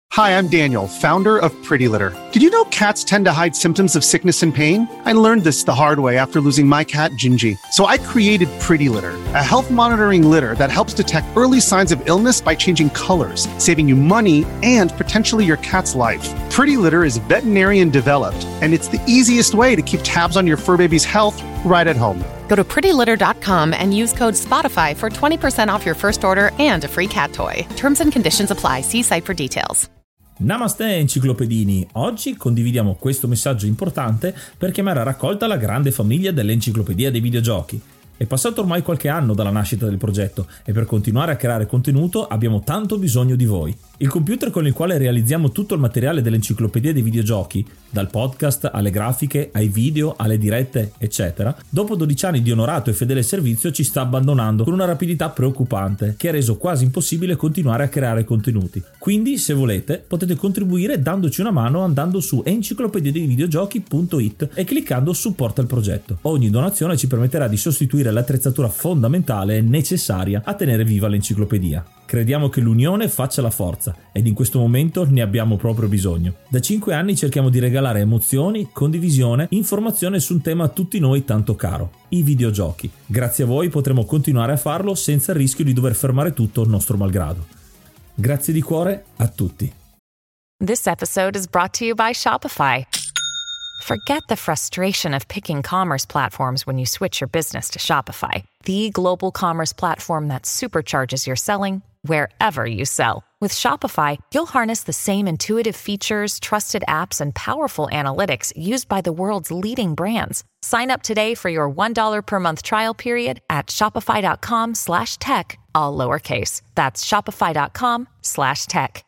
Hi, I'm Daniel, founder of Pretty Litter. Did you know cats tend to hide symptoms of sickness and pain? I learned this the hard way after losing my cat, Gingy. So I created Pretty Litter, a health monitoring litter that helps detect early signs of illness by changing colors, saving you money and potentially your cat's life. Pretty Litter is veterinarian developed, and it's the easiest way to keep tabs on your fur baby's health right at home. Go to prettylitter.com and use code SPOTIFY for 20% off your first order and a free cat toy. Terms and conditions apply. See site for details. Namaste enciclopedini, oggi condividiamo questo messaggio importante per chiamare a raccolta la grande famiglia dell'Enciclopedia dei Videogiochi. È passato ormai qualche anno dalla nascita del progetto e per continuare a creare contenuto abbiamo tanto bisogno di voi. Il computer con il quale realizziamo tutto il materiale dell'Enciclopedia dei Videogiochi, dal podcast alle grafiche, ai video, alle dirette, eccetera, dopo 12 anni di onorato e fedele servizio ci sta abbandonando con una rapidità preoccupante che ha reso quasi impossibile continuare a creare contenuti. Quindi, se volete, potete contribuire dandoci una mano andando su enciclopediadeivideogiochi.it e cliccando supporta il progetto. Ogni donazione ci permetterà di sostituire l'attrezzatura fondamentale e necessaria a tenere viva l'enciclopedia. Crediamo che l'unione faccia la forza ed in questo momento ne abbiamo proprio bisogno. Da 5 anni cerchiamo di regalare emozioni, condivisione, informazione su un tema a tutti noi tanto caro, i videogiochi. Grazie a voi potremo continuare a farlo senza il rischio di dover fermare tutto nostro malgrado. Grazie di cuore a tutti. This episode is brought to you by Shopify. Forget the frustration of picking commerce platforms when you switch your business to Shopify, the global commerce platform that supercharges your selling wherever you sell. With Shopify, you'll harness the same intuitive features, trusted apps, and powerful analytics used by the world's leading brands. Sign up today for your $1 per month trial period at shopify.com/tech, all lowercase. That's shopify.com/tech.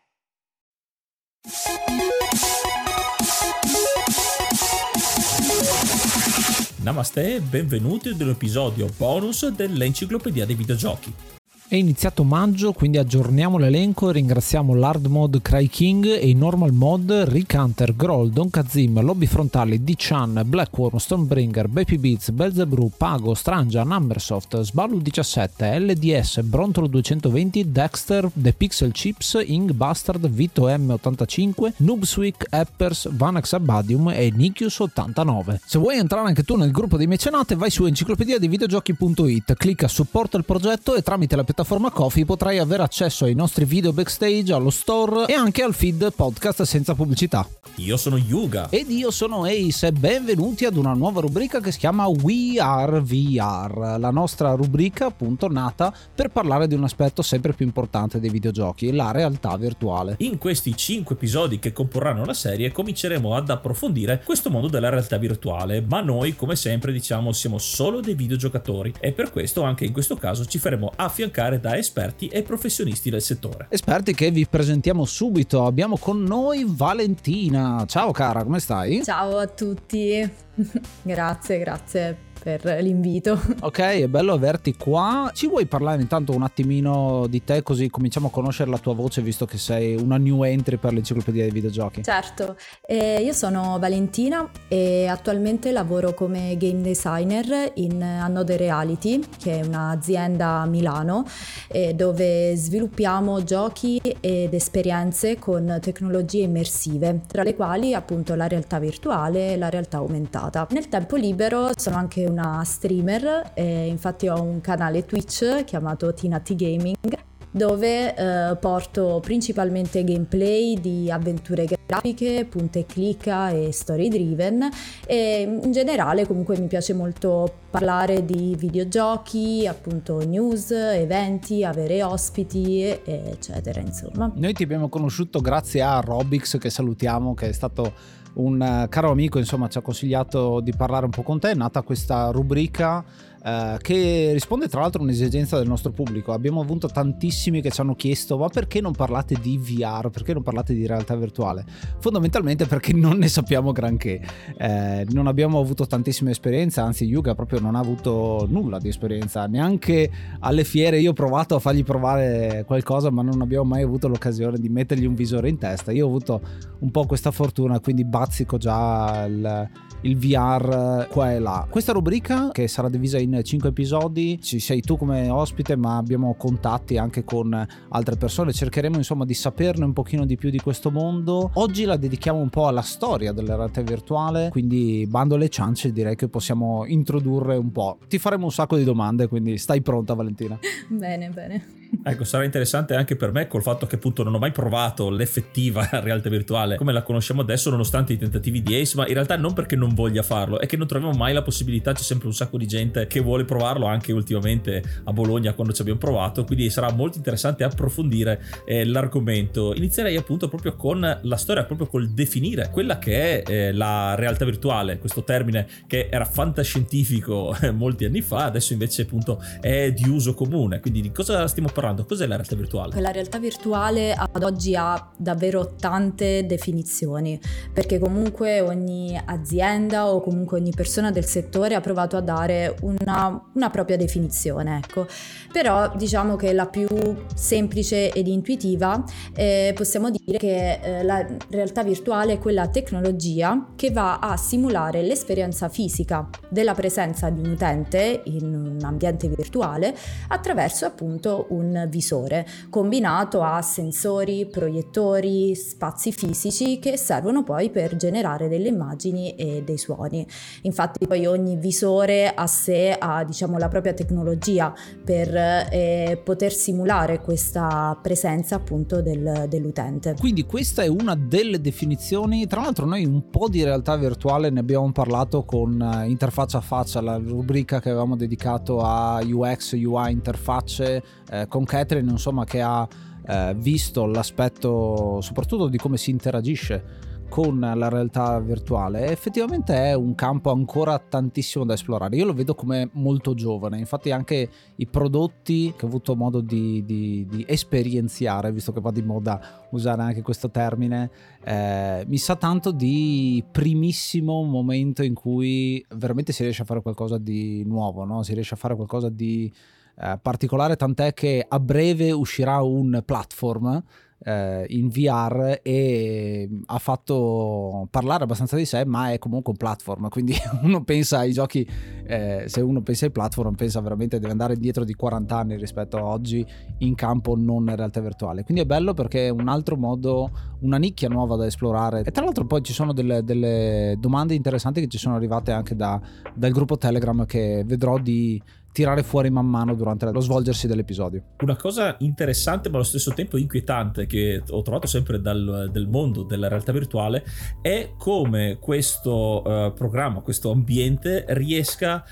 Namaste e benvenuti ad un episodio bonus dell'Enciclopedia dei Videogiochi. È iniziato maggio, quindi aggiorniamo l'elenco e ringraziamo l'Hard Mod Cry King e i Normal Mod Rick Hunter, Groll, Don Kazim, Lobby Frontali, D-Chan, Blackworm, Stonebringer, Baby Beats, Belzebrew, Pago, Strangia, Numbersoft, Sballu 17, LDS, Brontolo 220, Dexter, The Pixel Chips, Ing Bastard, Vito M85, Noobswick, Eppers, Vanax Abadium e Nikius 89. Se vuoi entrare anche tu nel gruppo dei mecenate, vai su enciclopediadeivideogiochi.it, clicca supporta il progetto e tramite la piattaforma Ko-fi potrai avere accesso ai nostri video backstage, allo store e anche al feed podcast senza pubblicità. Io sono Yuga ed io sono Ace e benvenuti ad una nuova rubrica che si chiama We Are VR, la nostra rubrica appunto nata per parlare di un aspetto sempre più importante dei videogiochi, la realtà virtuale. In questi 5 episodi che comporranno la serie cominceremo ad approfondire questo mondo della realtà virtuale, ma noi come sempre diciamo siamo solo dei videogiocatori e per questo anche in questo caso ci faremo affiancare da esperti e professionisti del settore. Esperti che vi presentiamo subito. Abbiamo con noi Valentina. Ciao cara, come stai? Ciao a tutti. Grazie per l'invito. Ok, è bello averti qua. Ci vuoi parlare intanto un attimino di te, così cominciamo a conoscere la tua voce, visto che sei una new entry per l'Enciclopedia dei Videogiochi? Certo, io sono Valentina e attualmente lavoro come game designer in Another Reality, che è un'azienda a Milano dove sviluppiamo giochi ed esperienze con tecnologie immersive, tra le quali appunto la realtà virtuale e la realtà aumentata. Nel tempo libero sono anche una streamer, infatti ho un canale Twitch chiamato Tina T Gaming dove porto principalmente gameplay di avventure grafiche, punta e clicca e story driven e in generale comunque mi piace molto parlare di videogiochi, appunto news, eventi, avere ospiti eccetera insomma. Noi ti abbiamo conosciuto grazie a Robix, che salutiamo, che è stato un caro amico, insomma ci ha consigliato di parlare un po' con te. È nata questa rubrica che risponde tra l'altro a un'esigenza del nostro pubblico. Abbiamo avuto tantissimi che ci hanno chiesto: ma perché non parlate di VR, perché non parlate di realtà virtuale? Fondamentalmente perché non ne sappiamo granché, non abbiamo avuto tantissime esperienze, anzi Yuga proprio non ha avuto nulla di esperienza, neanche alle fiere. Io ho provato a fargli provare qualcosa ma non abbiamo mai avuto l'occasione di mettergli un visore in testa. Io ho avuto un po' questa fortuna, quindi bazzico già il VR qua e là. Questa rubrica, che sarà divisa in 5 episodi, ci sei tu come ospite, ma abbiamo contatti anche con altre persone, cercheremo insomma di saperne un pochino di più di questo mondo. Oggi la dedichiamo un po' alla storia della realtà virtuale, quindi bando alle ciance, direi che possiamo introdurre un po'. Ti faremo un sacco di domande, quindi stai pronta, Valentina? Bene. Ecco, sarà interessante anche per me, col fatto che appunto non ho mai provato l'effettiva realtà virtuale come la conosciamo adesso, nonostante i tentativi di Ace, ma in realtà non perché non voglia farlo, è che non troviamo mai la possibilità. C'è sempre un sacco di gente che vuole provarlo, anche ultimamente a Bologna quando ci abbiamo provato, quindi sarà molto interessante approfondire l'argomento. Inizierei appunto proprio con la storia, proprio col definire quella che è la realtà virtuale, questo termine che era fantascientifico molti anni fa, adesso invece appunto è di uso comune. Quindi di cosa stiamo parlando? Cos'è la realtà virtuale? La realtà virtuale ad oggi ha davvero tante definizioni, perché comunque ogni azienda o comunque ogni persona del settore ha provato a dare una propria definizione, ecco. Però diciamo che la più semplice ed intuitiva possiamo dire che la realtà virtuale è quella tecnologia che va a simulare l'esperienza fisica della presenza di un utente in un ambiente virtuale attraverso appunto un visore combinato a sensori, proiettori, spazi fisici che servono poi per generare delle immagini e dei suoni. Infatti poi ogni visore a sé ha diciamo la propria tecnologia per poter simulare questa presenza appunto dell'utente. Quindi questa è una delle definizioni. Tra l'altro noi un po' di realtà virtuale ne abbiamo parlato con Interfaccia a Faccia, la rubrica che avevamo dedicato a UX, UI, interfacce, con Catherine, insomma, che ha visto l'aspetto soprattutto di come si interagisce con la realtà virtuale. Effettivamente è un campo ancora tantissimo da esplorare. Io lo vedo come molto giovane, infatti anche i prodotti che ho avuto modo di esperienziare, visto che va di moda usare anche questo termine, mi sa tanto di primissimo momento in cui veramente si riesce a fare qualcosa di nuovo, no? Si riesce a fare qualcosa di particolare, tant'è che a breve uscirà un platform in VR e ha fatto parlare abbastanza di sé, ma è comunque un platform, quindi uno pensa ai giochi, se uno pensa ai platform pensa veramente deve andare indietro di 40 anni rispetto a oggi in campo non realtà virtuale. Quindi è bello perché è un altro modo, una nicchia nuova da esplorare. E tra l'altro poi ci sono delle domande interessanti che ci sono arrivate anche dal gruppo Telegram, che vedrò di tirare fuori man mano durante lo svolgersi dell'episodio. Una cosa interessante ma allo stesso tempo inquietante che ho trovato sempre del mondo della realtà virtuale è come questo programma, questo ambiente riesca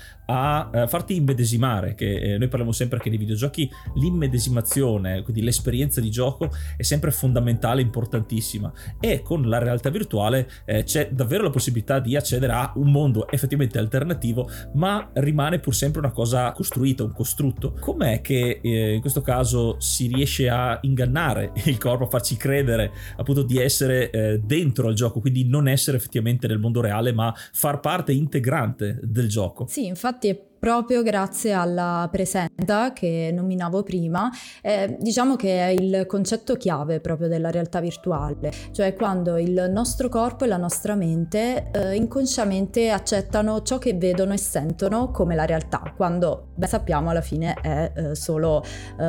a farti immedesimare, che noi parliamo sempre che nei videogiochi l'immedesimazione, quindi l'esperienza di gioco è sempre fondamentale, importantissima, e con la realtà virtuale c'è davvero la possibilità di accedere a un mondo effettivamente alternativo, ma rimane pur sempre una cosa costruita, un costrutto. Com'è che in questo caso si riesce a ingannare il corpo, a farci credere appunto di essere dentro al gioco, quindi non essere effettivamente nel mondo reale ma far parte integrante del gioco? Sì, infatti è proprio grazie alla presenza che nominavo prima, diciamo che è il concetto chiave proprio della realtà virtuale, cioè quando il nostro corpo e la nostra mente inconsciamente accettano ciò che vedono e sentono come la realtà, quando ben sappiamo alla fine è solo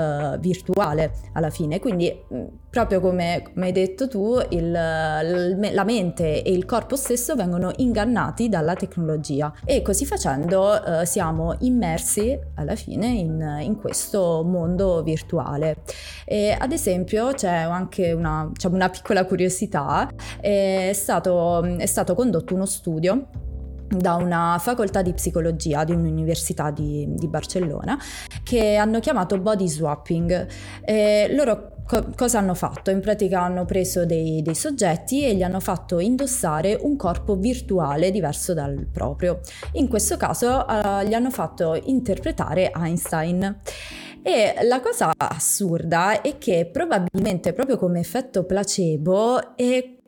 virtuale alla fine. Quindi proprio come hai detto tu, la mente e il corpo stesso vengono ingannati dalla tecnologia e così facendo siamo immersi alla fine in questo mondo virtuale. E ad esempio c'è anche una piccola curiosità: è stato condotto uno studio da una facoltà di psicologia di un'università di Barcellona, che hanno chiamato body swapping. Loro cosa hanno fatto? In pratica hanno preso dei soggetti e gli hanno fatto indossare un corpo virtuale diverso dal proprio. In questo caso gli hanno fatto interpretare Einstein. E la cosa assurda è che probabilmente proprio come effetto placebo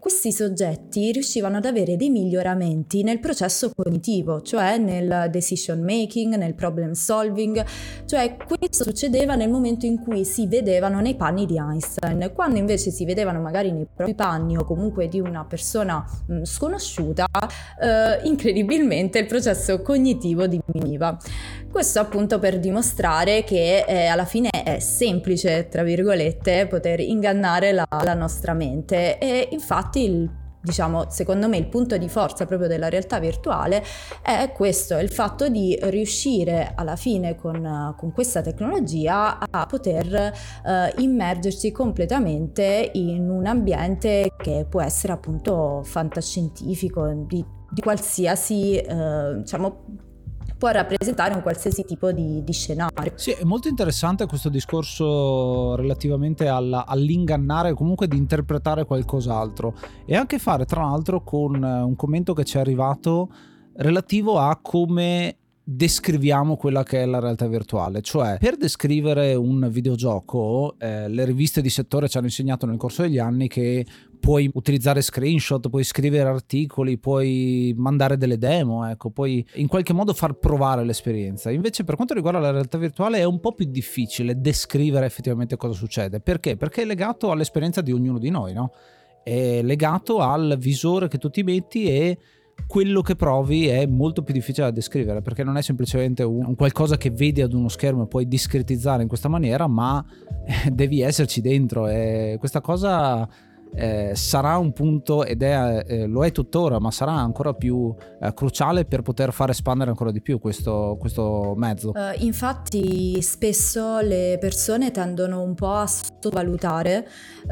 questi soggetti riuscivano ad avere dei miglioramenti nel processo cognitivo, cioè nel decision making, nel problem solving, cioè questo succedeva nel momento in cui si vedevano nei panni di Einstein. Quando invece si vedevano magari nei propri panni o comunque di una persona sconosciuta, incredibilmente il processo cognitivo diminuiva. Questo appunto per dimostrare che alla fine è semplice, tra virgolette, poter ingannare la nostra mente. E infatti diciamo, secondo me il punto di forza proprio della realtà virtuale è questo, è il fatto di riuscire alla fine con questa tecnologia a poter immergerci completamente in un ambiente che può essere appunto fantascientifico, di qualsiasi diciamo, può rappresentare un qualsiasi tipo di scenario. Sì, è molto interessante questo discorso relativamente all'ingannare o comunque di interpretare qualcos'altro, e anche fare tra l'altro con un commento che ci è arrivato relativo a come descriviamo quella che è la realtà virtuale. Cioè, per descrivere un videogioco le riviste di settore ci hanno insegnato nel corso degli anni che puoi utilizzare screenshot, puoi scrivere articoli, puoi mandare delle demo, ecco, puoi in qualche modo far provare l'esperienza. Invece per quanto riguarda la realtà virtuale è un po' più difficile descrivere effettivamente cosa succede. Perché? Perché è legato all'esperienza di ognuno di noi, no? È legato al visore che tu ti metti, e quello che provi è molto più difficile da descrivere, perché non è semplicemente un qualcosa che vedi ad uno schermo e puoi discretizzare in questa maniera, ma devi esserci dentro, e questa cosa sarà un punto, ed lo è tuttora, ma sarà ancora più cruciale per poter far espandere ancora di più questo mezzo. Infatti spesso le persone tendono un po' a sottovalutare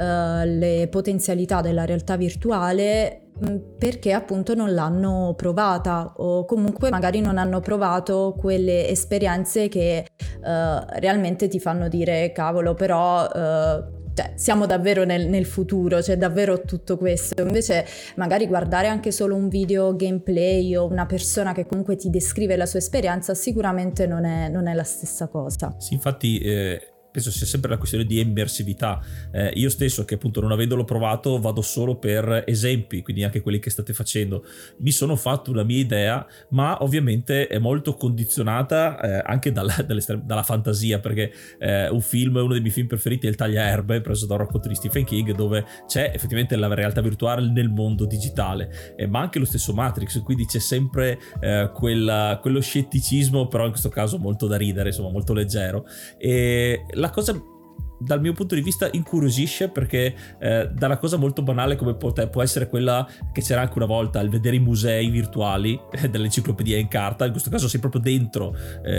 le potenzialità della realtà virtuale perché appunto non l'hanno provata, o comunque magari non hanno provato quelle esperienze che realmente ti fanno dire cavolo, però cioè, siamo davvero nel futuro, c'è davvero tutto questo. Invece magari guardare anche solo un video gameplay o una persona che comunque ti descrive la sua esperienza sicuramente non è la stessa cosa. Sì, infatti penso sia sempre la questione di immersività. Io stesso, che appunto non avendolo provato vado solo per esempi, quindi anche quelli che state facendo, mi sono fatto una mia idea, ma ovviamente è molto condizionata anche dalla fantasia, perché uno dei miei film preferiti è Il Tagliaerbe, preso da un racconto di Stephen King, dove c'è effettivamente la realtà virtuale nel mondo digitale, ma anche lo stesso Matrix, quindi c'è sempre quello scetticismo, però in questo caso molto da ridere, insomma molto leggero. E la cosa dal mio punto di vista incuriosisce, perché da una cosa molto banale come può essere quella che c'era anche una volta, il vedere i musei virtuali dell'enciclopedia in carta, in questo caso sei proprio dentro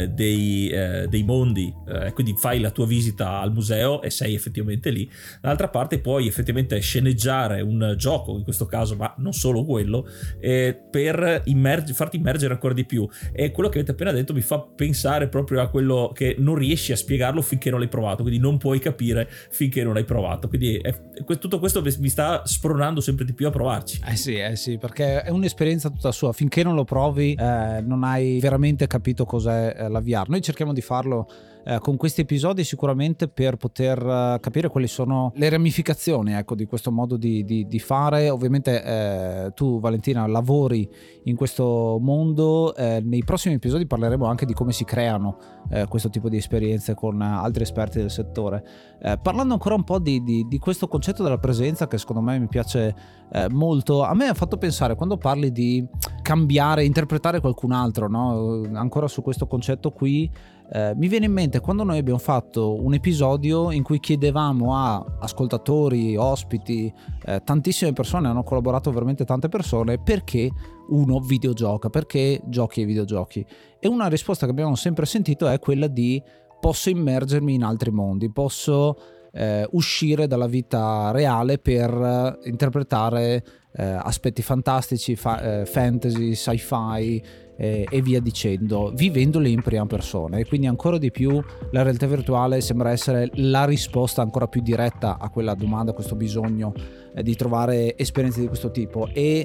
dei mondi, quindi fai la tua visita al museo e sei effettivamente lì. Dall'altra parte puoi effettivamente sceneggiare un gioco, in questo caso, ma non solo quello, per farti immergere ancora di più. E quello che avete appena detto mi fa pensare proprio a quello che non riesci a spiegarlo finché non l'hai provato, quindi non puoi capire finché non hai provato, quindi tutto questo mi sta spronando sempre di più a provarci. Sì, perché è un'esperienza tutta sua, finché non lo provi non hai veramente capito cos'è la VR. Noi cerchiamo di farlo con questi episodi sicuramente per poter capire quali sono le ramificazioni, ecco, di questo modo di fare. Ovviamente tu, Valentina, lavori in questo mondo, nei prossimi episodi parleremo anche di come si creano questo tipo di esperienze con altri esperti del settore, parlando ancora un po' di questo concetto della presenza, che secondo me mi piace molto. A me ha fatto pensare, quando parli di cambiare, interpretare qualcun altro, no? Ancora su questo concetto qui, mi viene in mente quando noi abbiamo fatto un episodio in cui chiedevamo a ascoltatori, ospiti, tantissime persone, hanno collaborato veramente tante persone, perché uno videogioca, perché giochi ai videogiochi, e una risposta che abbiamo sempre sentito è quella di: posso immergermi in altri mondi, posso uscire dalla vita reale per interpretare aspetti fantastici, fantasy, sci-fi e via dicendo, vivendoli in prima persona. E quindi ancora di più la realtà virtuale sembra essere la risposta ancora più diretta a quella domanda, a questo bisogno di trovare esperienze di questo tipo. E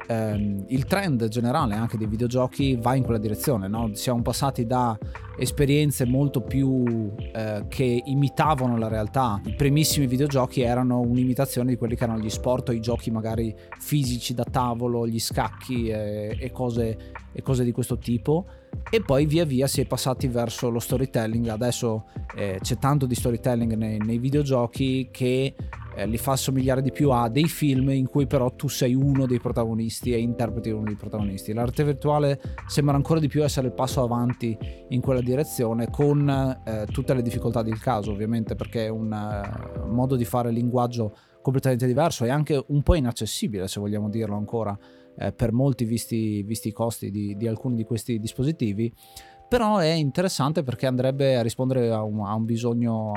il trend generale anche dei videogiochi va in quella direzione, no? Siamo passati da esperienze molto più che imitavano la realtà. I primissimi videogiochi erano un'imitazione di quelli che erano gli sport o i giochi magari fisici da tavolo, gli scacchi e cose di questo tipo, e poi via via si è passati verso lo storytelling. Adesso c'è tanto di storytelling nei videogiochi che li fa assomigliare di più a dei film in cui però tu sei uno dei protagonisti e interpreti uno dei protagonisti. La realtà virtuale sembra ancora di più essere il passo avanti in quella direzione, con tutte le difficoltà del caso, ovviamente, perché è un modo di fare linguaggio completamente diverso e anche un po' inaccessibile, se vogliamo dirlo ancora, per molti visti i costi di alcuni di questi dispositivi. Però è interessante perché andrebbe a rispondere a un bisogno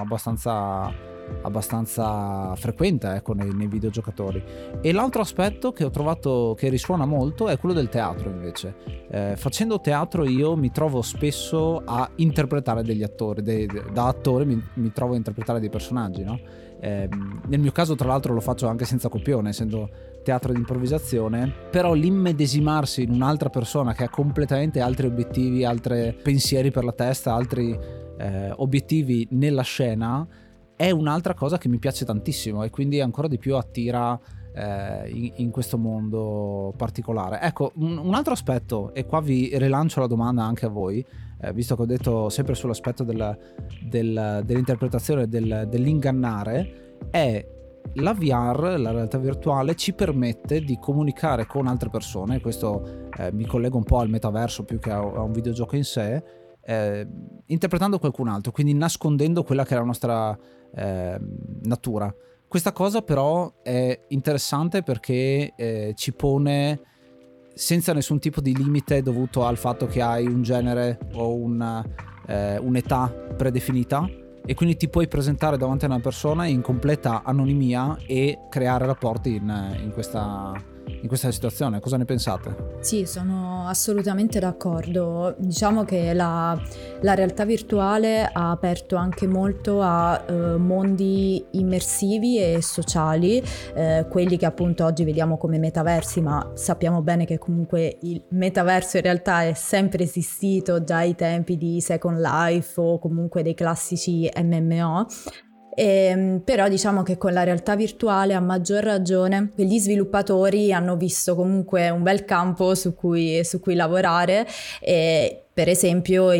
abbastanza frequente, ecco, nei videogiocatori. E l'altro aspetto che ho trovato che risuona molto è quello del teatro, invece. Facendo teatro io mi trovo spesso a interpretare degli attori, da attore mi trovo a interpretare dei personaggi, no? Nel mio caso tra l'altro lo faccio anche senza copione, essendo teatro di improvvisazione, però l'immedesimarsi in un'altra persona che ha completamente altri obiettivi, altri pensieri per la testa, altri obiettivi nella scena, è un'altra cosa che mi piace tantissimo e quindi ancora di più attira in questo mondo particolare. Ecco, un altro aspetto, e qua vi rilancio la domanda anche a voi, visto che ho detto sempre sull'aspetto dell'interpretazione, dell'ingannare, è la VR, la realtà virtuale, ci permette di comunicare con altre persone. Questo mi collego un po' al metaverso più che a un videogioco in sé, interpretando qualcun altro, quindi nascondendo quella che è la nostra natura. Questa cosa però è interessante perché ci pone senza nessun tipo di limite dovuto al fatto che hai un genere o un'età predefinita, e quindi ti puoi presentare davanti a una persona in completa anonimia e creare rapporti in questa situazione. Cosa ne pensate? Sì, sono assolutamente d'accordo. Diciamo che la realtà virtuale ha aperto anche molto a mondi immersivi e sociali, quelli che appunto oggi vediamo come metaversi, ma sappiamo bene che comunque il metaverso in realtà è sempre esistito già ai tempi di Second Life o comunque dei classici MMO. Però diciamo che con la realtà virtuale, a maggior ragione, gli sviluppatori hanno visto comunque un bel campo su cui lavorare. E per esempio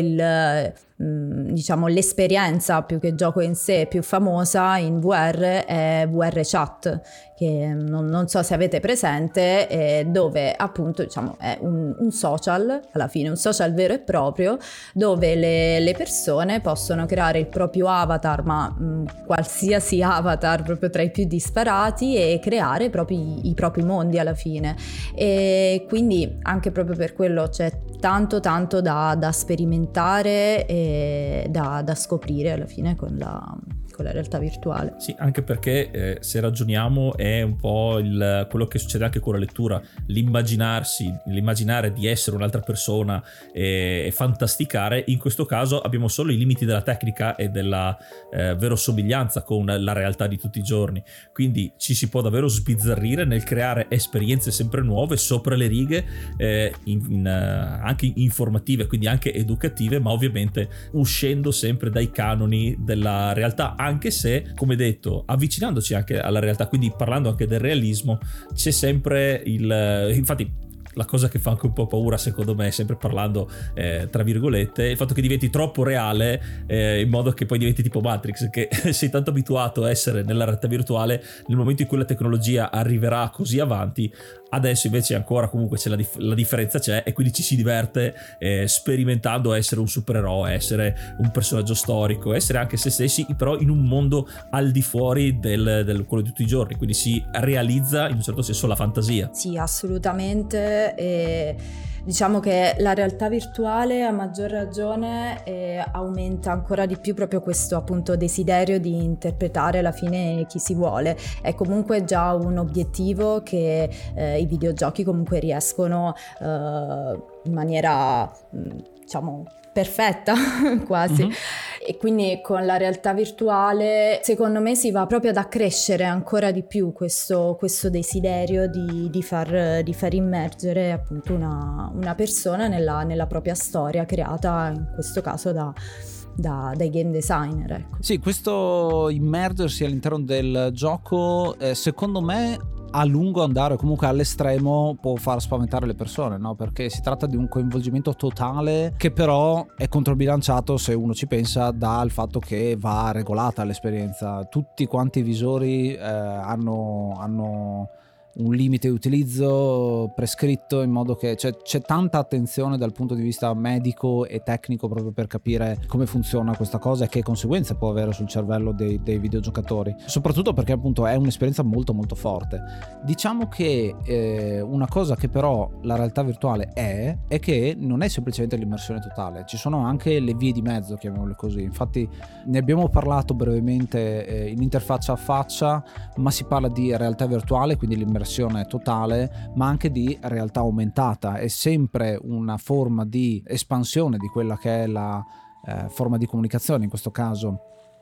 diciamo l'esperienza più che gioco in sé più famosa in VR è VR Chat, che non so se avete presente, dove appunto diciamo è un social, alla fine un social vero e proprio, dove le persone possono creare il proprio avatar, ma qualsiasi avatar proprio tra i più disparati, e creare proprio i propri mondi alla fine. E quindi anche proprio per quello c'è tanto da sperimentare e da scoprire alla fine con la realtà virtuale. Sì, anche perché se ragioniamo è un po' quello che succede anche con la lettura, l'immaginare di essere un'altra persona e fantasticare. In questo caso abbiamo solo i limiti della tecnica e della verosomiglianza con la realtà di tutti i giorni, quindi ci si può davvero sbizzarrire nel creare esperienze sempre nuove, sopra le righe, anche informative, quindi anche educative, ma ovviamente uscendo sempre dai canoni della realtà, anche se, come detto, avvicinandoci anche alla realtà, quindi parlando anche del realismo. C'è sempre infatti la cosa che fa anche un po' paura, secondo me, sempre parlando tra virgolette, il fatto che diventi troppo reale, in modo che poi diventi tipo Matrix, che sei tanto abituato a essere nella realtà virtuale, nel momento in cui la tecnologia arriverà così avanti. Adesso invece ancora comunque la differenza c'è, e quindi ci si diverte sperimentando essere un supereroe, essere un personaggio storico, essere anche se stessi, però in un mondo al di fuori del quello di tutti i giorni, quindi si realizza in un certo senso la fantasia. Sì, assolutamente. Diciamo che la realtà virtuale, a maggior ragione, aumenta ancora di più proprio questo appunto desiderio di interpretare alla fine chi si vuole. È comunque già un obiettivo che i videogiochi comunque riescono in maniera diciamo perfetta quasi. E quindi con la realtà virtuale secondo me si va proprio ad accrescere ancora di più questo desiderio di far immergere appunto una persona nella propria storia creata in questo caso dai game designer, ecco. Sì, questo immergersi all'interno del gioco secondo me a lungo andare, comunque all'estremo, può far spaventare le persone, no? Perché si tratta di un coinvolgimento totale che però è controbilanciato, se uno ci pensa, dal fatto che va regolata l'esperienza. Tutti quanti i visori hanno un limite di utilizzo prescritto, in modo che c'è tanta attenzione dal punto di vista medico e tecnico proprio per capire come funziona questa cosa e che conseguenze può avere sul cervello dei videogiocatori, soprattutto perché appunto è un'esperienza molto molto forte. Diciamo che una cosa che però la realtà virtuale è che non è semplicemente l'immersione totale, ci sono anche le vie di mezzo, chiamiamole così. Infatti ne abbiamo parlato brevemente in interfaccia a faccia, ma si parla di realtà virtuale, quindi l'immersione totale, ma anche di realtà aumentata. È sempre una forma di espansione di quella che è la forma di comunicazione, in questo caso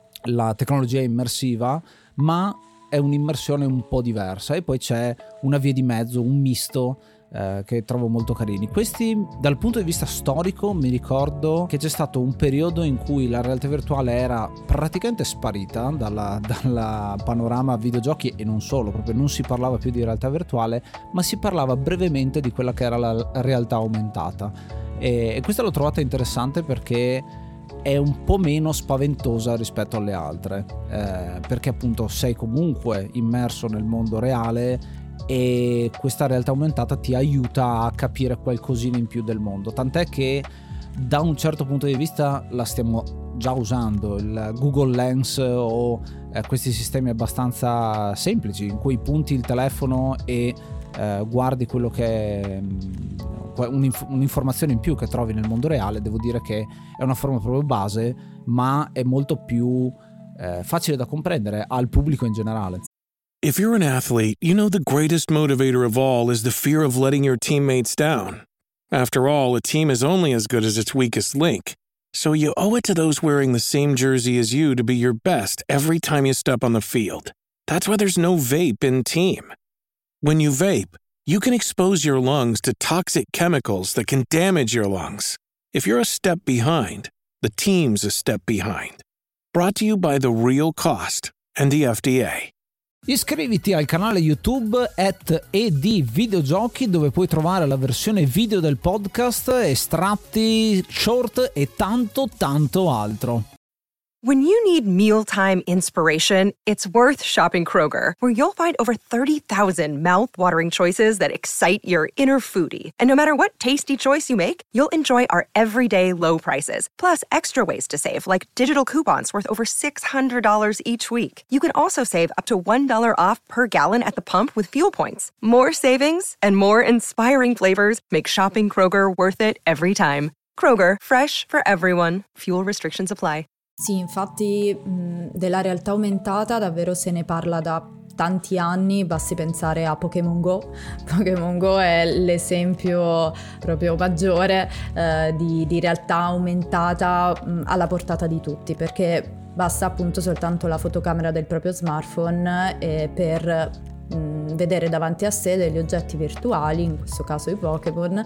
la tecnologia immersiva, ma è un'immersione un po' diversa. E poi c'è una via di mezzo, un misto che trovo molto carini. Questi, dal punto di vista storico, mi ricordo che c'è stato un periodo in cui la realtà virtuale era praticamente sparita dalla panorama videogiochi, e non solo, proprio non si parlava più di realtà virtuale, ma si parlava brevemente di quella che era la realtà aumentata, e questa l'ho trovata interessante perché è un po' meno spaventosa rispetto alle altre, perché appunto sei comunque immerso nel mondo reale e questa realtà aumentata ti aiuta a capire qualcosina in più del mondo, tant'è che da un certo punto di vista la stiamo già usando, il Google Lens o questi sistemi abbastanza semplici in cui punti il telefono e guardi quello che è un'informazione in più che trovi nel mondo reale. Devo dire che è una forma proprio base, ma è molto più facile da comprendere al pubblico in generale. If you're an athlete, you know the greatest motivator of all is the fear of letting your teammates down. After all, a team is only as good as its weakest link. So you owe it to those wearing the same jersey as you to be your best every time you step on the field. That's why there's no vape in team. When you vape, you can expose your lungs to toxic chemicals that can damage your lungs. If you're a step behind, the team's a step behind. Brought to you by The Real Cost and the FDA. Iscriviti al canale YouTube @edvideogiochi, dove puoi trovare la versione video del podcast, estratti, short e tanto altro. When you need mealtime inspiration, it's worth shopping Kroger, where you'll find over 30,000 mouth-watering choices that excite your inner foodie. And no matter what tasty choice you make, you'll enjoy our everyday low prices, plus extra ways to save, like digital coupons worth over $600 each week. You can also save up to $1 off per gallon at the pump with fuel points. More savings and more inspiring flavors make shopping Kroger worth it every time. Kroger, fresh for everyone. Fuel restrictions apply. Sì, infatti della realtà aumentata davvero se ne parla da tanti anni, basti pensare a Pokémon Go. Pokémon Go è l'esempio proprio maggiore di realtà aumentata alla portata di tutti, perché basta appunto soltanto la fotocamera del proprio smartphone per vedere davanti a sé degli oggetti virtuali, in questo caso i Pokémon,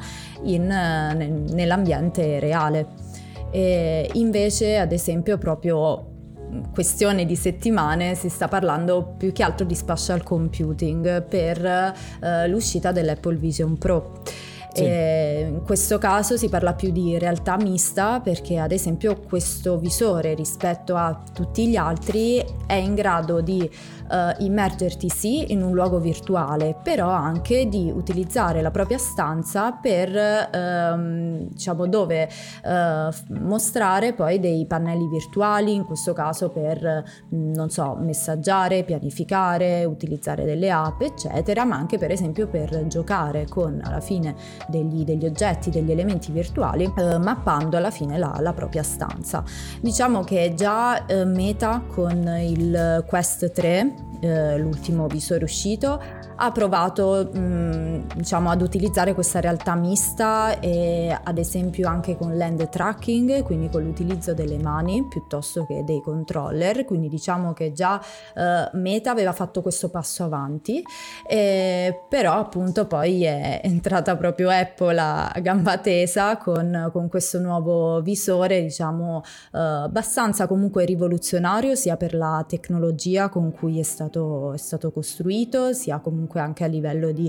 nell'ambiente reale. E invece, ad esempio, proprio questione di settimane si sta parlando più che altro di spatial computing per l'uscita dell'Apple Vision Pro. Sì. In questo caso si parla più di realtà mista, perché ad esempio questo visore rispetto a tutti gli altri è in grado di immergerti sì in un luogo virtuale, però anche di utilizzare la propria stanza per diciamo dove mostrare poi dei pannelli virtuali, in questo caso per non so, messaggiare, pianificare, utilizzare delle app eccetera, ma anche per esempio per giocare con alla fine degli oggetti, degli elementi virtuali, mappando alla fine la propria stanza. Diciamo che già Meta con il Quest 3 l'ultimo visore uscito, ha provato diciamo ad utilizzare questa realtà mista, e ad esempio anche con l'hand tracking, quindi con l'utilizzo delle mani piuttosto che dei controller, quindi diciamo che già Meta aveva fatto questo passo avanti, però appunto poi è entrata proprio Apple a gamba tesa con questo nuovo visore, diciamo abbastanza comunque rivoluzionario sia per la tecnologia con cui è stato costruito, sia comunque anche a livello di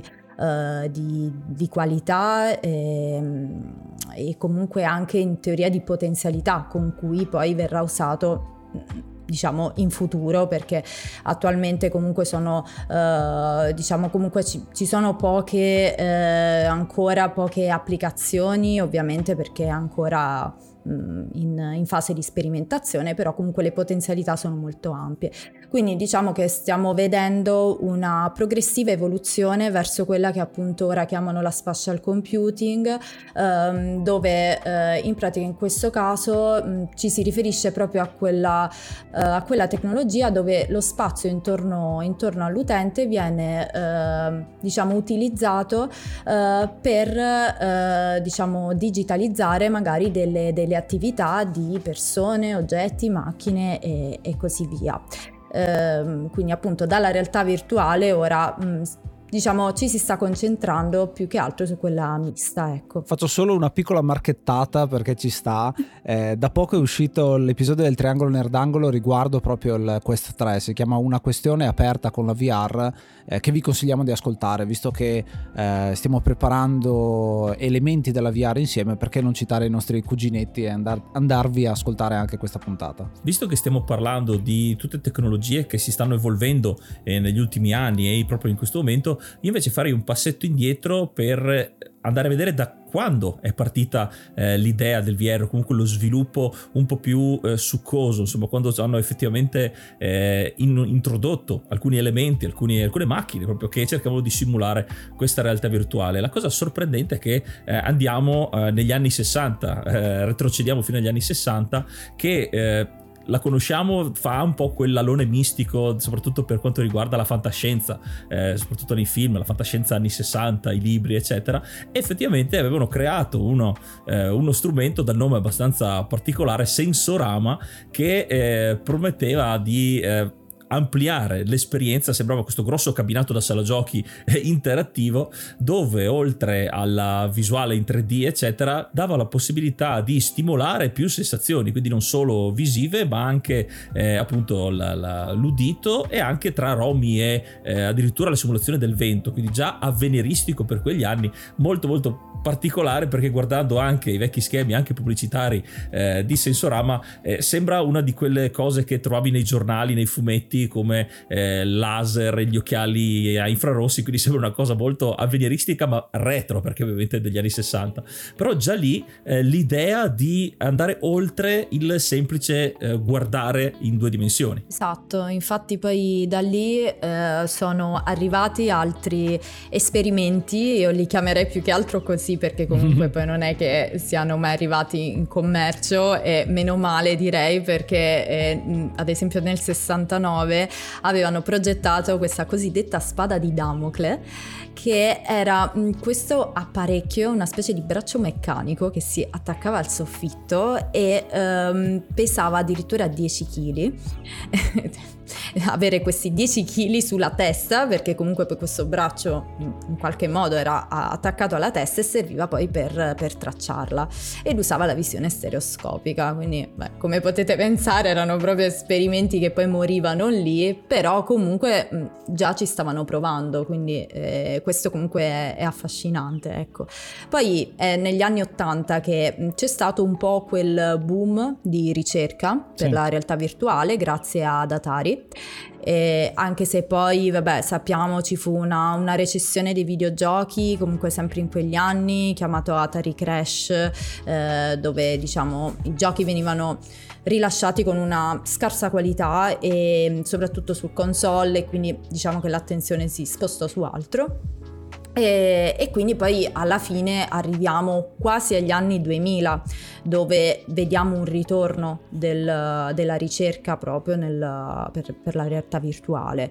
qualità e comunque anche in teoria di potenzialità con cui poi verrà usato, diciamo, in futuro, perché attualmente comunque sono diciamo comunque ci sono ancora poche applicazioni, ovviamente perché è ancora in fase di sperimentazione, però comunque le potenzialità sono molto ampie. Quindi diciamo che stiamo vedendo una progressiva evoluzione verso quella che appunto ora chiamano la spatial computing, dove in pratica in questo caso ci si riferisce proprio a quella tecnologia dove lo spazio intorno all'utente viene diciamo utilizzato per diciamo digitalizzare magari delle attività di persone, oggetti, macchine e così via. Quindi appunto dalla realtà virtuale ora diciamo ci si sta concentrando più che altro su quella mista, ecco. Faccio solo una piccola marchettata perché ci sta. Da poco è uscito l'episodio del Triangolo Nerdangolo riguardo proprio il Quest 3, si chiama Una questione aperta con la VR, che vi consigliamo di ascoltare, visto che stiamo preparando elementi della VR insieme, perché non citare i nostri cuginetti e andarvi a ascoltare anche questa puntata. Visto che stiamo parlando di tutte tecnologie che si stanno evolvendo negli ultimi anni e proprio in questo momento, io invece farei un passetto indietro per andare a vedere da quando è partita l'idea del VR, comunque lo sviluppo un po' più succoso, insomma quando hanno effettivamente introdotto alcuni elementi, alcune macchine proprio che cercavano di simulare questa realtà virtuale. La cosa sorprendente è che andiamo negli anni 60, retrocediamo fino agli anni 60, che la conosciamo, fa un po' quell'alone mistico, soprattutto per quanto riguarda la fantascienza, soprattutto nei film, la fantascienza anni 60, i libri eccetera. Effettivamente avevano creato uno strumento dal nome abbastanza particolare, Sensorama, che prometteva di ampliare l'esperienza. Sembrava questo grosso cabinato da sala giochi interattivo, dove oltre alla visuale in 3D eccetera dava la possibilità di stimolare più sensazioni, quindi non solo visive ma anche appunto l'udito, e anche tra aromi e addirittura la simulazione del vento, quindi già avveniristico per quegli anni, molto molto particolare, perché guardando anche i vecchi schemi anche pubblicitari di Sensorama sembra una di quelle cose che trovavi nei giornali, nei fumetti, come laser e gli occhiali a infrarossi, quindi sembra una cosa molto avveniristica ma retro, perché ovviamente è degli anni 60. Però già lì l'idea di andare oltre il semplice guardare in due dimensioni. Esatto, infatti poi da lì sono arrivati altri esperimenti, io li chiamerei più che altro così perché comunque poi non è che siano mai arrivati in commercio, e meno male direi, perché ad esempio nel 69 avevano progettato questa cosidetta spada di Damocle, che era questo apparecchio, una specie di braccio meccanico che si attaccava al soffitto e pesava addirittura 10 kg. Avere questi 10 kg sulla testa, perché comunque poi questo braccio in qualche modo era attaccato alla testa e serviva poi per tracciarla, ed usava la visione stereoscopica, quindi come potete pensare erano proprio esperimenti che poi morivano lì, però comunque già ci stavano provando, quindi questo comunque è affascinante, ecco. Poi è negli anni 80 che c'è stato un po' quel boom di ricerca per la realtà virtuale grazie ad Atari. Anche se poi sappiamo ci fu una recessione dei videogiochi comunque sempre in quegli anni, chiamato Atari Crash, dove diciamo i giochi venivano rilasciati con una scarsa qualità e soprattutto su console, e quindi diciamo che l'attenzione si spostò su altro. E quindi poi alla fine arriviamo quasi agli anni 2000, dove vediamo un ritorno della ricerca proprio per la realtà virtuale.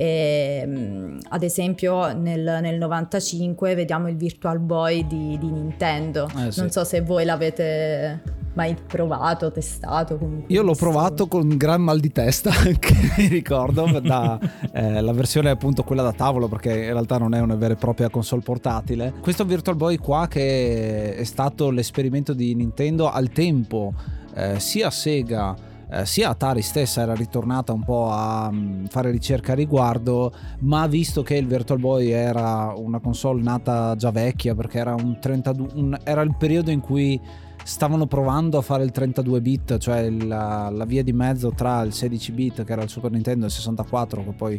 Ad esempio nel 95 vediamo il Virtual Boy di Nintendo. Sì. Non so se voi l'avete mai provato, testato. Io l'ho provato con gran mal di testa, che mi ricordo, la versione appunto quella da tavolo, perché in realtà non è una vera e propria console portatile. Questo Virtual Boy qua, che è stato l'esperimento di Nintendo al tempo, sia Sega sia Atari stessa era ritornata un po' a fare ricerca a riguardo, ma visto che il Virtual Boy era una console nata già vecchia, perché era era il periodo in cui stavano provando a fare il 32 bit, cioè la via di mezzo tra il 16 bit, che era il Super Nintendo, e il 64, che poi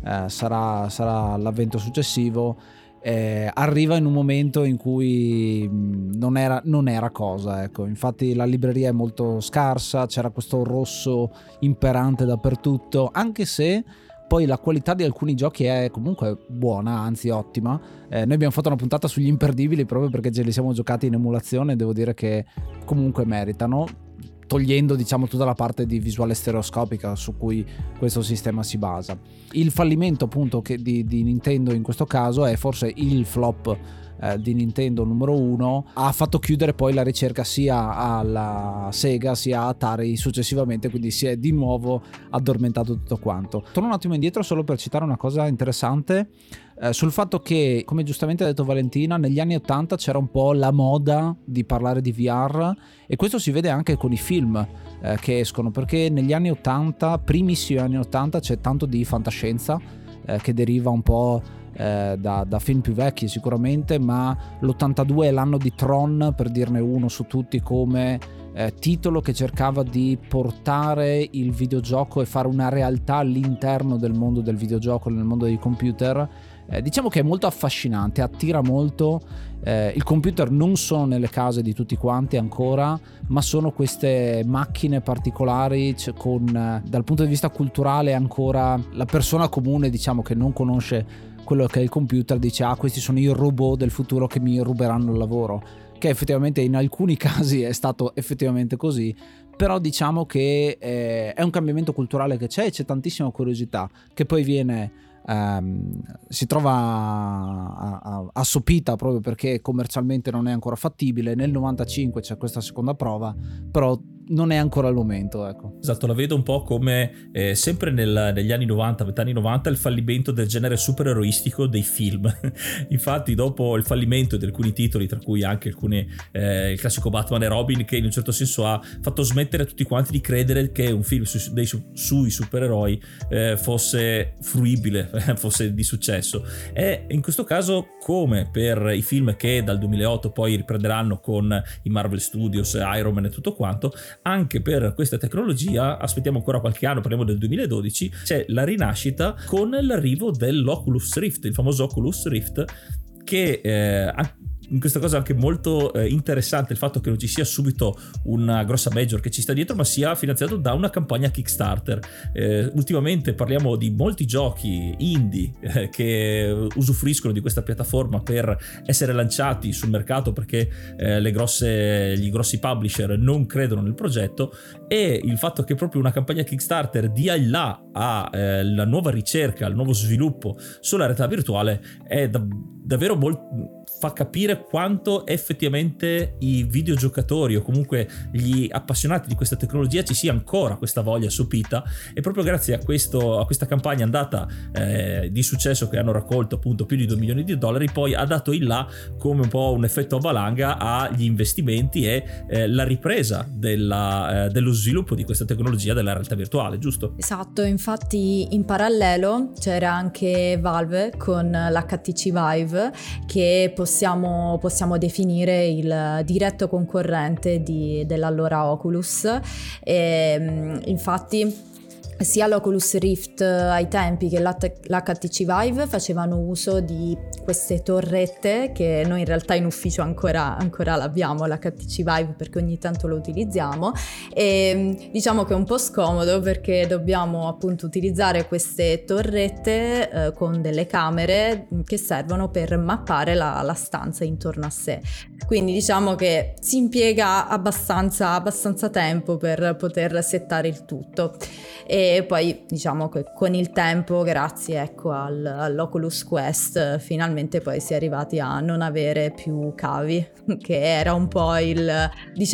sarà l'avvento successivo. Arriva in un momento in cui non era cosa, ecco. Infatti la libreria è molto scarsa, c'era questo rosso imperante dappertutto, anche se poi la qualità di alcuni giochi è comunque buona, anzi ottima. Noi abbiamo fatto una puntata sugli imperdibili proprio perché ce li siamo giocati in emulazione, e devo dire che comunque meritano, togliendo diciamo tutta la parte di visuale stereoscopica su cui questo sistema si basa. Il fallimento appunto di Nintendo in questo caso è forse il flop di Nintendo numero 1, ha fatto chiudere poi la ricerca sia alla Sega sia a Atari successivamente, quindi si è di nuovo addormentato tutto quanto. Torno un attimo indietro solo per citare una cosa interessante sul fatto che, come giustamente ha detto Valentina, negli anni 80 c'era un po' la moda di parlare di VR, e questo si vede anche con i film che escono, perché negli anni 80, primissimi anni 80, c'è tanto di fantascienza che deriva un po' da film più vecchi sicuramente, ma l'82 è l'anno di Tron, per dirne uno su tutti, come titolo che cercava di portare il videogioco e fare una realtà all'interno del mondo del videogioco, nel mondo dei computer. Diciamo che è molto affascinante, attira molto. Il computer non sono nelle case di tutti quanti ancora, ma sono queste macchine particolari con, dal punto di vista culturale, ancora la persona comune, diciamo, che non conosce quello che è il computer, dice: ah, questi sono i robot del futuro che mi ruberanno il lavoro, che effettivamente in alcuni casi è stato effettivamente così. Però diciamo che è un cambiamento culturale che c'è tantissima curiosità, che poi viene si trova assopita proprio perché commercialmente non è ancora fattibile. Nel 95 c'è questa seconda prova, però non è ancora il momento, ecco. Esatto, la vedo un po' come sempre negli anni 90, metà anni 90, il fallimento del genere supereroistico dei film. Infatti dopo il fallimento di alcuni titoli, tra cui anche alcuni il classico Batman e Robin, che in un certo senso ha fatto smettere a tutti quanti di credere che un film sui supereroi fosse fruibile, fosse di successo. E in questo caso, come per i film che dal 2008 poi riprenderanno con i Marvel Studios, Iron Man e tutto quanto, anche per questa tecnologia aspettiamo ancora qualche anno, parliamo del 2012, c'è la rinascita con l'arrivo dell'Oculus Rift, il famoso Oculus Rift, che in questa cosa anche molto interessante il fatto che non ci sia subito una grossa major che ci sta dietro, ma sia finanziato da una campagna Kickstarter. Ultimamente parliamo di molti giochi indie che usufruiscono di questa piattaforma per essere lanciati sul mercato, perché gli grossi publisher non credono nel progetto, e il fatto che proprio una campagna Kickstarter dia il là alla nuova ricerca, al nuovo sviluppo sulla realtà virtuale è davvero molto, fa capire quanto effettivamente i videogiocatori o comunque gli appassionati di questa tecnologia ci sia ancora questa voglia sopita, e proprio grazie a questa campagna andata di successo, che hanno raccolto appunto più di $2 milioni, poi ha dato il là come un po' un effetto a valanga agli investimenti e la ripresa dello sviluppo di questa tecnologia della realtà virtuale, giusto? Esatto, infatti in parallelo c'era anche Valve con l'HTC Vive, che possiamo definire il diretto concorrente dell'allora Oculus. Infatti sia l'Oculus Rift ai tempi che l'HTC Vive facevano uso di queste torrette, che noi in realtà in ufficio ancora l'abbiamo, l'HTC Vive, perché ogni tanto lo utilizziamo, e diciamo che è un po' scomodo perché dobbiamo appunto utilizzare queste torrette con delle camere che servono per mappare la stanza intorno a sé. Quindi diciamo che si impiega abbastanza tempo per poter settare il tutto. E poi diciamo che con il tempo, grazie ecco all'Oculus Quest, finalmente poi si è arrivati a non avere più cavi, che era un po' il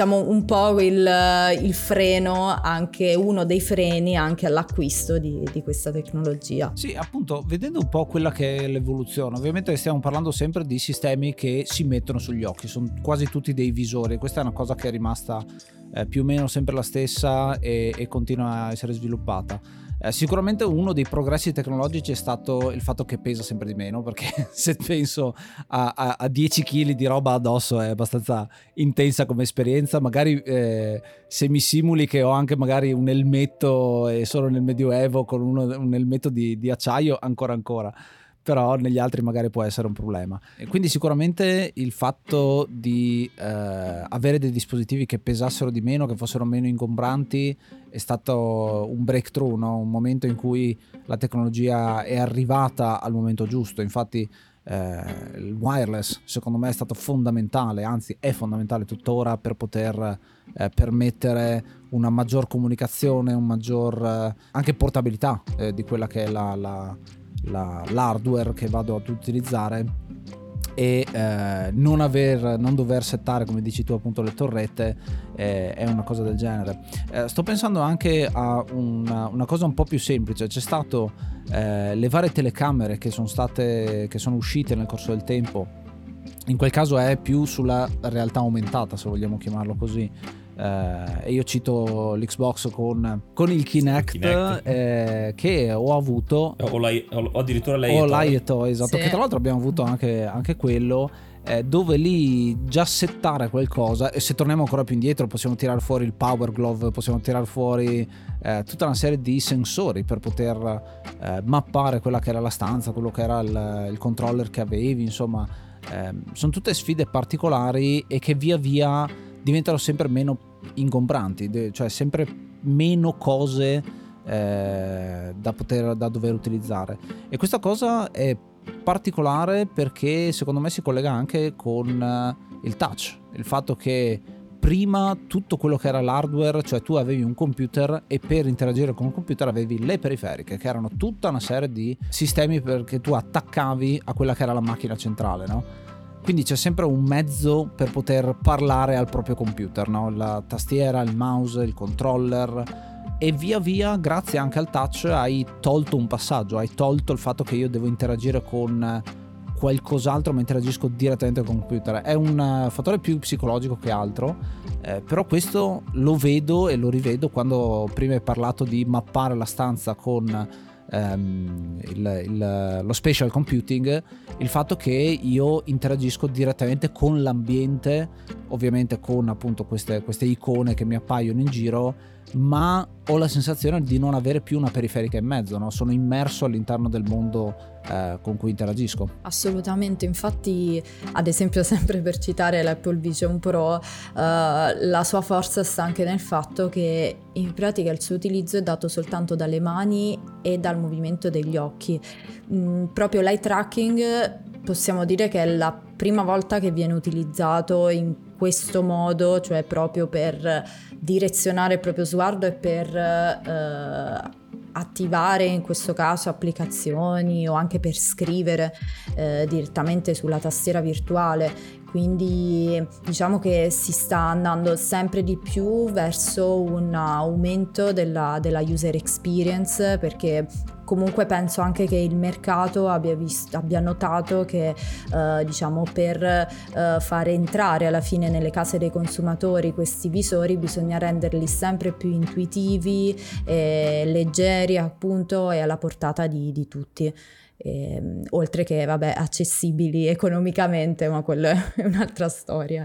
freno, anche uno dei freni anche all'acquisto di questa tecnologia. Sì, appunto, vedendo un po' quella che è l'evoluzione, ovviamente stiamo parlando sempre di sistemi che si mettono sugli occhi, sono quasi tutti dei visori. Questa è una cosa che è rimasta più o meno sempre la stessa e continua a essere sviluppata. Sicuramente uno dei progressi tecnologici è stato il fatto che pesa sempre di meno, perché se penso a 10 kg di roba addosso è abbastanza intensa come esperienza. Magari se mi simuli che ho anche magari un elmetto e sono nel Medioevo con un elmetto di acciaio, ancora, però negli altri magari può essere un problema. E quindi sicuramente il fatto di avere dei dispositivi che pesassero di meno, che fossero meno ingombranti, è stato un breakthrough, no? Un momento in cui la tecnologia è arrivata al momento giusto. Infatti il wireless secondo me è stato fondamentale, anzi è fondamentale tuttora, per poter permettere una maggior comunicazione, un maggior anche portabilità di quella che è l'hardware che vado ad utilizzare, e non dover settare, come dici tu appunto, le torrette è una cosa del genere. Sto pensando anche a una cosa un po' più semplice. C'è stato le varie telecamere che sono uscite nel corso del tempo. In quel caso è più sulla realtà aumentata, se vogliamo chiamarlo così. E io cito l'Xbox con il Kinect. Che ho avuto, o addirittura l'Aieto, esatto, sì. Che tra l'altro abbiamo avuto anche quello, dove lì già settare qualcosa. E se torniamo ancora più indietro possiamo tirare fuori il Power Glove, possiamo tirare fuori tutta una serie di sensori per poter mappare quella che era la stanza, quello che era il controller che avevi, insomma. Sono tutte sfide particolari e che via via diventano sempre meno ingombranti, cioè sempre meno cose da dover utilizzare. E questa cosa è particolare perché secondo me si collega anche con il touch, il fatto che prima tutto quello che era l'hardware, cioè tu avevi un computer e per interagire con un computer avevi le periferiche, che erano tutta una serie di sistemi perché tu attaccavi a quella che era la macchina centrale, no? Quindi c'è sempre un mezzo per poter parlare al proprio computer, no? La tastiera, il mouse, il controller, e via via, grazie anche al touch, hai tolto un passaggio, hai tolto il fatto che io devo interagire con qualcos'altro ma interagisco direttamente con il computer. È un fattore più psicologico che altro, però questo lo vedo e lo rivedo quando prima hai parlato di mappare la stanza con lo spatial computing, il fatto che io interagisco direttamente con l'ambiente, ovviamente con appunto queste icone che mi appaiono in giro, ma ho la sensazione di non avere più una periferica in mezzo, no? Sono immerso all'interno del mondo con cui interagisco. Assolutamente, infatti ad esempio, sempre per citare l'Apple Vision Pro, la sua forza sta anche nel fatto che in pratica il suo utilizzo è dato soltanto dalle mani e dal movimento degli occhi. Proprio l'eye tracking possiamo dire che è la prima volta che viene utilizzato in questo modo, cioè proprio per direzionare il proprio sguardo e per attivare in questo caso applicazioni o anche per scrivere direttamente sulla tastiera virtuale. Quindi diciamo che si sta andando sempre di più verso un aumento della user experience, perché comunque penso anche che il mercato abbia notato che diciamo per far entrare alla fine nelle case dei consumatori questi visori bisogna renderli sempre più intuitivi, leggeri appunto e alla portata di tutti. Oltre che accessibili economicamente, ma quello è un'altra storia, ecco.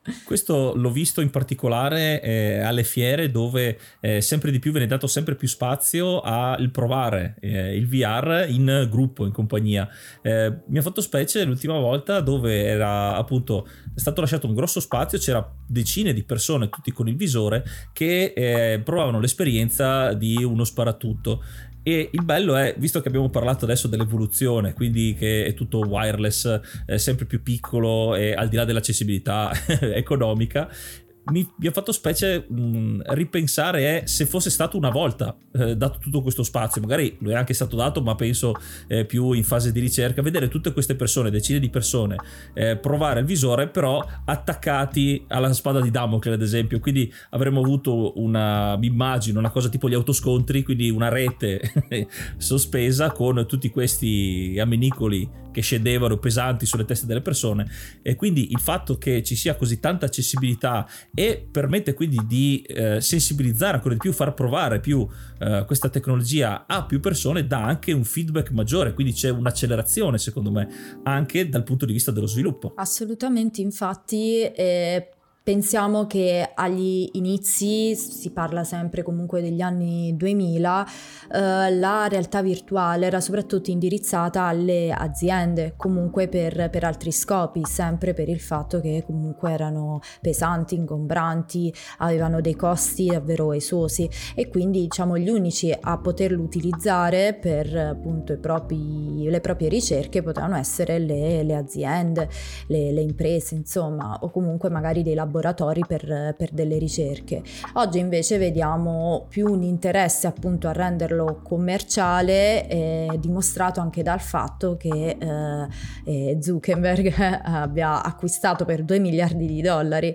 Questo l'ho visto in particolare alle fiere, dove sempre di più viene dato sempre più spazio al provare il VR in gruppo, in compagnia. Mi ha fatto specie l'ultima volta dove era appunto stato lasciato un grosso spazio, c'era decine di persone tutti con il visore che provavano l'esperienza di uno sparatutto. E il bello è, visto che abbiamo parlato adesso dell'evoluzione, quindi che è tutto wireless, sempre più piccolo e al di là dell'accessibilità economica, mi ha fatto specie ripensare se fosse stato una volta dato tutto questo spazio, magari lo è anche stato dato, ma penso più in fase di ricerca, vedere tutte queste persone, decine di persone, provare il visore però attaccati alla spada di Damocle ad esempio, quindi avremmo avuto mi immagino una cosa tipo gli autoscontri, quindi una rete sospesa con tutti questi ammenicoli che scendevano pesanti sulle teste delle persone, e quindi il fatto che ci sia così tanta accessibilità e permette quindi di sensibilizzare ancora di più, far provare più questa tecnologia a più persone, dà anche un feedback maggiore, quindi c'è un'accelerazione secondo me anche dal punto di vista dello sviluppo. Assolutamente, infatti pensiamo che agli inizi, si parla sempre comunque degli anni 2000, la realtà virtuale era soprattutto indirizzata alle aziende, comunque per altri scopi, sempre per il fatto che comunque erano pesanti, ingombranti, avevano dei costi davvero esosi, e quindi diciamo gli unici a poterlo utilizzare per appunto le proprie ricerche potevano essere le aziende, le imprese, insomma, o comunque magari dei laboratori per delle ricerche. Oggi invece vediamo più un interesse appunto a renderlo commerciale, dimostrato anche dal fatto che Zuckerberg abbia acquistato per $2 miliardi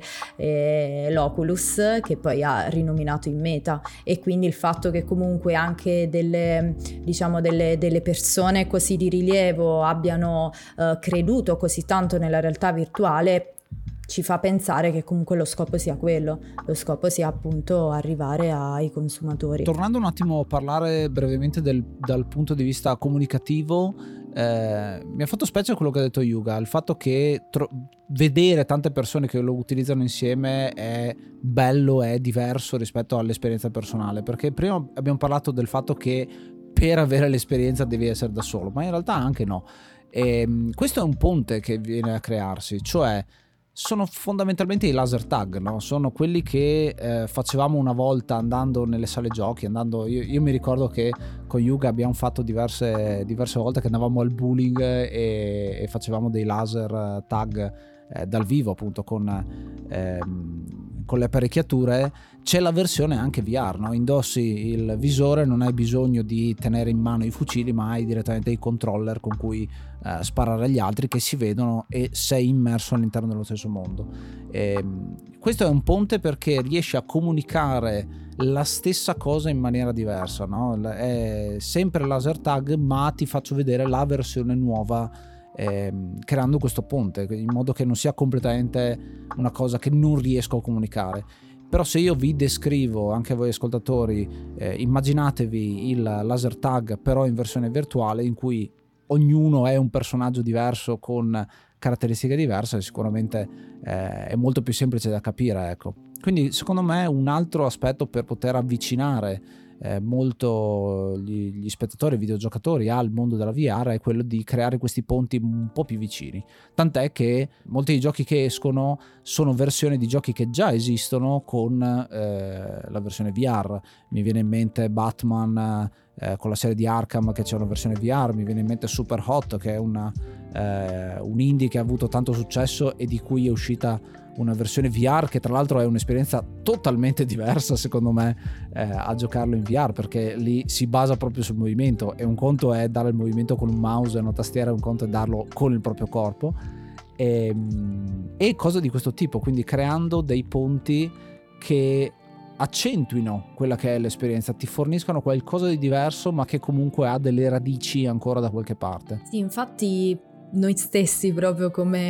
l'Oculus, che poi ha rinominato in Meta, e quindi il fatto che comunque anche delle persone così di rilievo abbiano creduto così tanto nella realtà virtuale ci fa pensare che comunque lo scopo sia quello, lo scopo sia appunto arrivare ai consumatori. Tornando un attimo a parlare brevemente dal punto di vista comunicativo, mi ha fatto specie quello che ha detto Yuga, il fatto che vedere tante persone che lo utilizzano insieme è bello, è diverso rispetto all'esperienza personale, perché prima abbiamo parlato del fatto che per avere l'esperienza devi essere da solo, ma in realtà anche no. E questo è un ponte che viene a crearsi, cioè sono fondamentalmente i laser tag, no? Sono quelli che facevamo una volta andando nelle sale giochi, io mi ricordo che con Yuga abbiamo fatto diverse volte che andavamo al bowling e facevamo dei laser tag dal vivo, appunto con le apparecchiature. C'è la versione anche VR, no? Indossi il visore, non hai bisogno di tenere in mano i fucili, ma hai direttamente i controller con cui sparare agli altri, che si vedono, e sei immerso all'interno dello stesso mondo. Questo è un ponte perché riesce a comunicare la stessa cosa in maniera diversa, no? È sempre laser tag, ma ti faccio vedere la versione nuova, creando questo ponte in modo che non sia completamente una cosa che non riesco a comunicare. Però se io vi descrivo, anche voi ascoltatori, immaginatevi il laser tag però in versione virtuale, in cui ognuno è un personaggio diverso con caratteristiche diverse, sicuramente è molto più semplice da capire, ecco. Quindi secondo me un altro aspetto per poter avvicinare molto gli spettatori, i videogiocatori al mondo della VR è quello di creare questi ponti un po' più vicini, tant'è che molti dei giochi che escono sono versioni di giochi che già esistono con la versione VR. Mi viene in mente Batman con la serie di Arkham, che c'è una versione VR, mi viene in mente Super Hot, che è un indie che ha avuto tanto successo e di cui è uscita una versione VR, che tra l'altro è un'esperienza totalmente diversa secondo me a giocarlo in VR, perché lì si basa proprio sul movimento, e un conto è dare il movimento con un mouse e una tastiera, un conto è darlo con il proprio corpo, e cose di questo tipo, quindi creando dei ponti che accentuino quella che è l'esperienza, ti forniscono qualcosa di diverso ma che comunque ha delle radici ancora da qualche parte. Sì, infatti noi stessi proprio come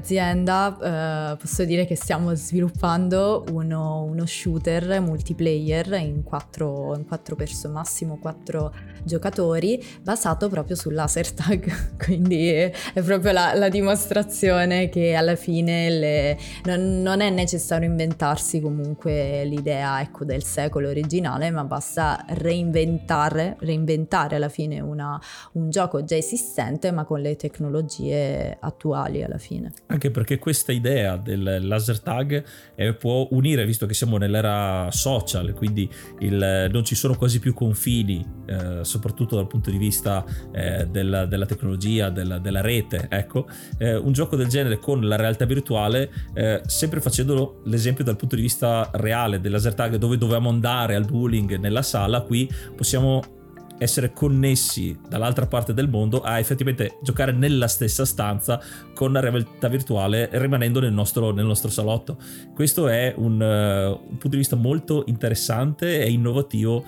azienda posso dire che stiamo sviluppando uno shooter multiplayer in 4 massimo 4 giocatori, basato proprio sul laser tag, quindi è proprio la dimostrazione che alla fine non è necessario inventarsi comunque l'idea, ecco, del secolo originale, ma basta reinventare alla fine un gioco già esistente ma con le tecnologie attuali alla fine. Anche perché questa idea del laser tag può unire, visto che siamo nell'era social, quindi non ci sono quasi più confini, soprattutto dal punto di vista della tecnologia, della rete, ecco, un gioco del genere con la realtà virtuale, sempre facendo l'esempio dal punto di vista reale del laser tag, dove dovevamo andare al bowling nella sala, qui possiamo essere connessi dall'altra parte del mondo a effettivamente giocare nella stessa stanza con la realtà virtuale, rimanendo nel nostro salotto. Questo è un punto di vista molto interessante e innovativo,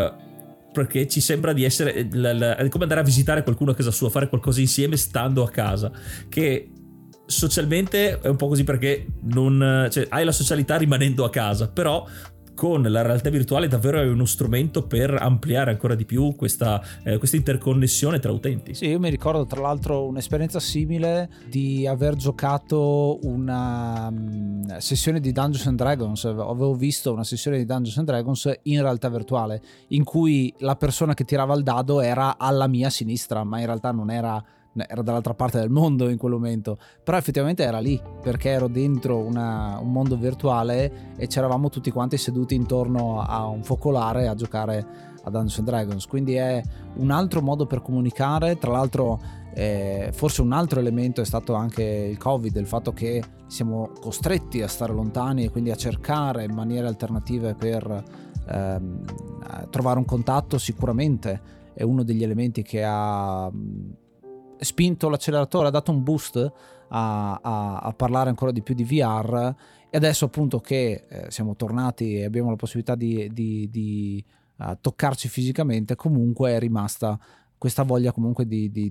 perché ci sembra di essere è come andare a visitare qualcuno a casa sua, fare qualcosa insieme stando a casa, che socialmente è un po' così, perché hai la socialità rimanendo a casa, però con la realtà virtuale davvero è uno strumento per ampliare ancora di più questa interconnessione tra utenti. Sì, io mi ricordo tra l'altro un'esperienza simile di aver giocato una sessione di Dungeons and Dragons. Avevo visto una sessione di Dungeons and Dragons in realtà virtuale, in cui la persona che tirava il dado era alla mia sinistra, ma in realtà non era dall'altra parte del mondo in quel momento, però effettivamente era lì perché ero dentro un mondo virtuale e c'eravamo tutti quanti seduti intorno a un focolare a giocare a Dungeons and Dragons. Quindi è un altro modo per comunicare. Tra l'altro forse un altro elemento è stato anche il Covid, il fatto che siamo costretti a stare lontani e quindi a cercare maniere alternative per trovare un contatto. Sicuramente è uno degli elementi che ha spinto l'acceleratore, ha dato un boost a parlare ancora di più di VR, e adesso appunto che siamo tornati e abbiamo la possibilità di toccarci fisicamente, comunque è rimasta questa voglia comunque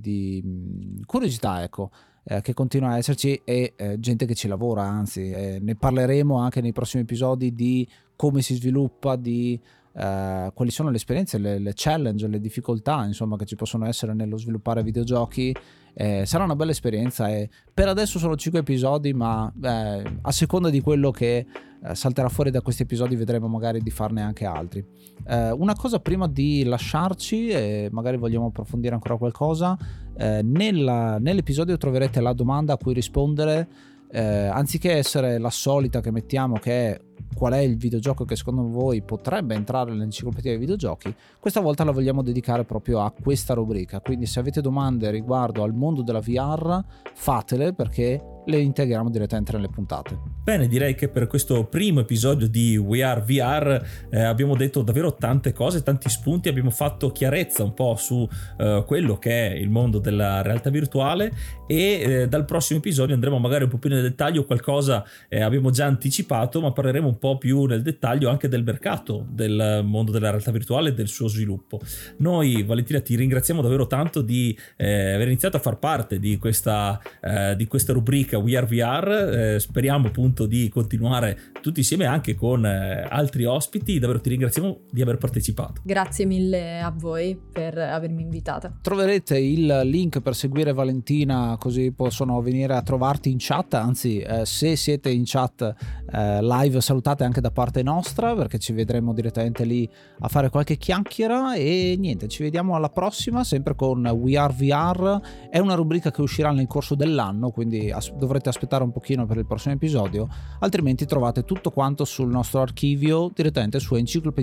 di curiosità, ecco, che continua a esserci, e gente che ci lavora, anzi ne parleremo anche nei prossimi episodi di come si sviluppa, di quali sono le esperienze, le challenge, le difficoltà insomma che ci possono essere nello sviluppare videogiochi. Sarà una bella esperienza, e per adesso sono 5 episodi, ma a seconda di quello che salterà fuori da questi episodi vedremo magari di farne anche altri. Una cosa prima di lasciarci, e magari vogliamo approfondire ancora qualcosa, nell'episodio troverete la domanda a cui rispondere, anziché essere la solita che mettiamo, che è qual è il videogioco che secondo voi potrebbe entrare nell'enciclopedia dei videogiochi. Questa volta la vogliamo dedicare proprio a questa rubrica, quindi se avete domande riguardo al mondo della VR fatele, perché le integriamo direttamente nelle puntate. Bene, direi che per questo primo episodio di We Are VR abbiamo detto davvero tante cose, tanti spunti, abbiamo fatto chiarezza un po' su quello che è il mondo della realtà virtuale, e dal prossimo episodio andremo magari un po' più nel dettaglio. Qualcosa abbiamo già anticipato, ma parleremo un po' più nel dettaglio anche del mercato del mondo della realtà virtuale e del suo sviluppo. Noi, Valentina, ti ringraziamo davvero tanto di aver iniziato a far parte di questa rubrica We Are VR. Speriamo appunto di continuare tutti insieme anche con altri ospiti. Davvero ti ringraziamo di aver partecipato. Grazie mille a voi per avermi invitata. Troverete il link per seguire Valentina, così possono venire a trovarti in chat. Anzi, se siete in chat live, salutate anche da parte nostra, perché ci vedremo direttamente lì a fare qualche chiacchiera. E niente, ci vediamo alla prossima, sempre con We Are VR. È una rubrica che uscirà nel corso dell'anno, quindi dovrete aspettare un pochino per il prossimo episodio, altrimenti trovate tutto quanto sul nostro archivio direttamente su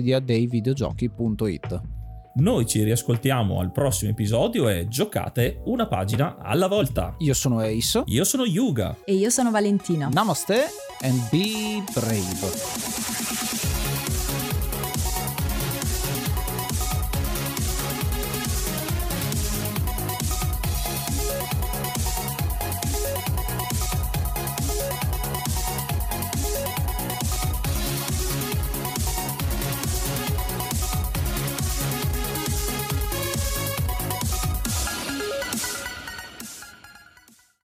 enciclopediadeivideogiochi.it. Noi ci riascoltiamo al prossimo episodio e giocate una pagina alla volta. Io sono Ace. Io sono Yuga. E io sono Valentina. Namaste and be brave.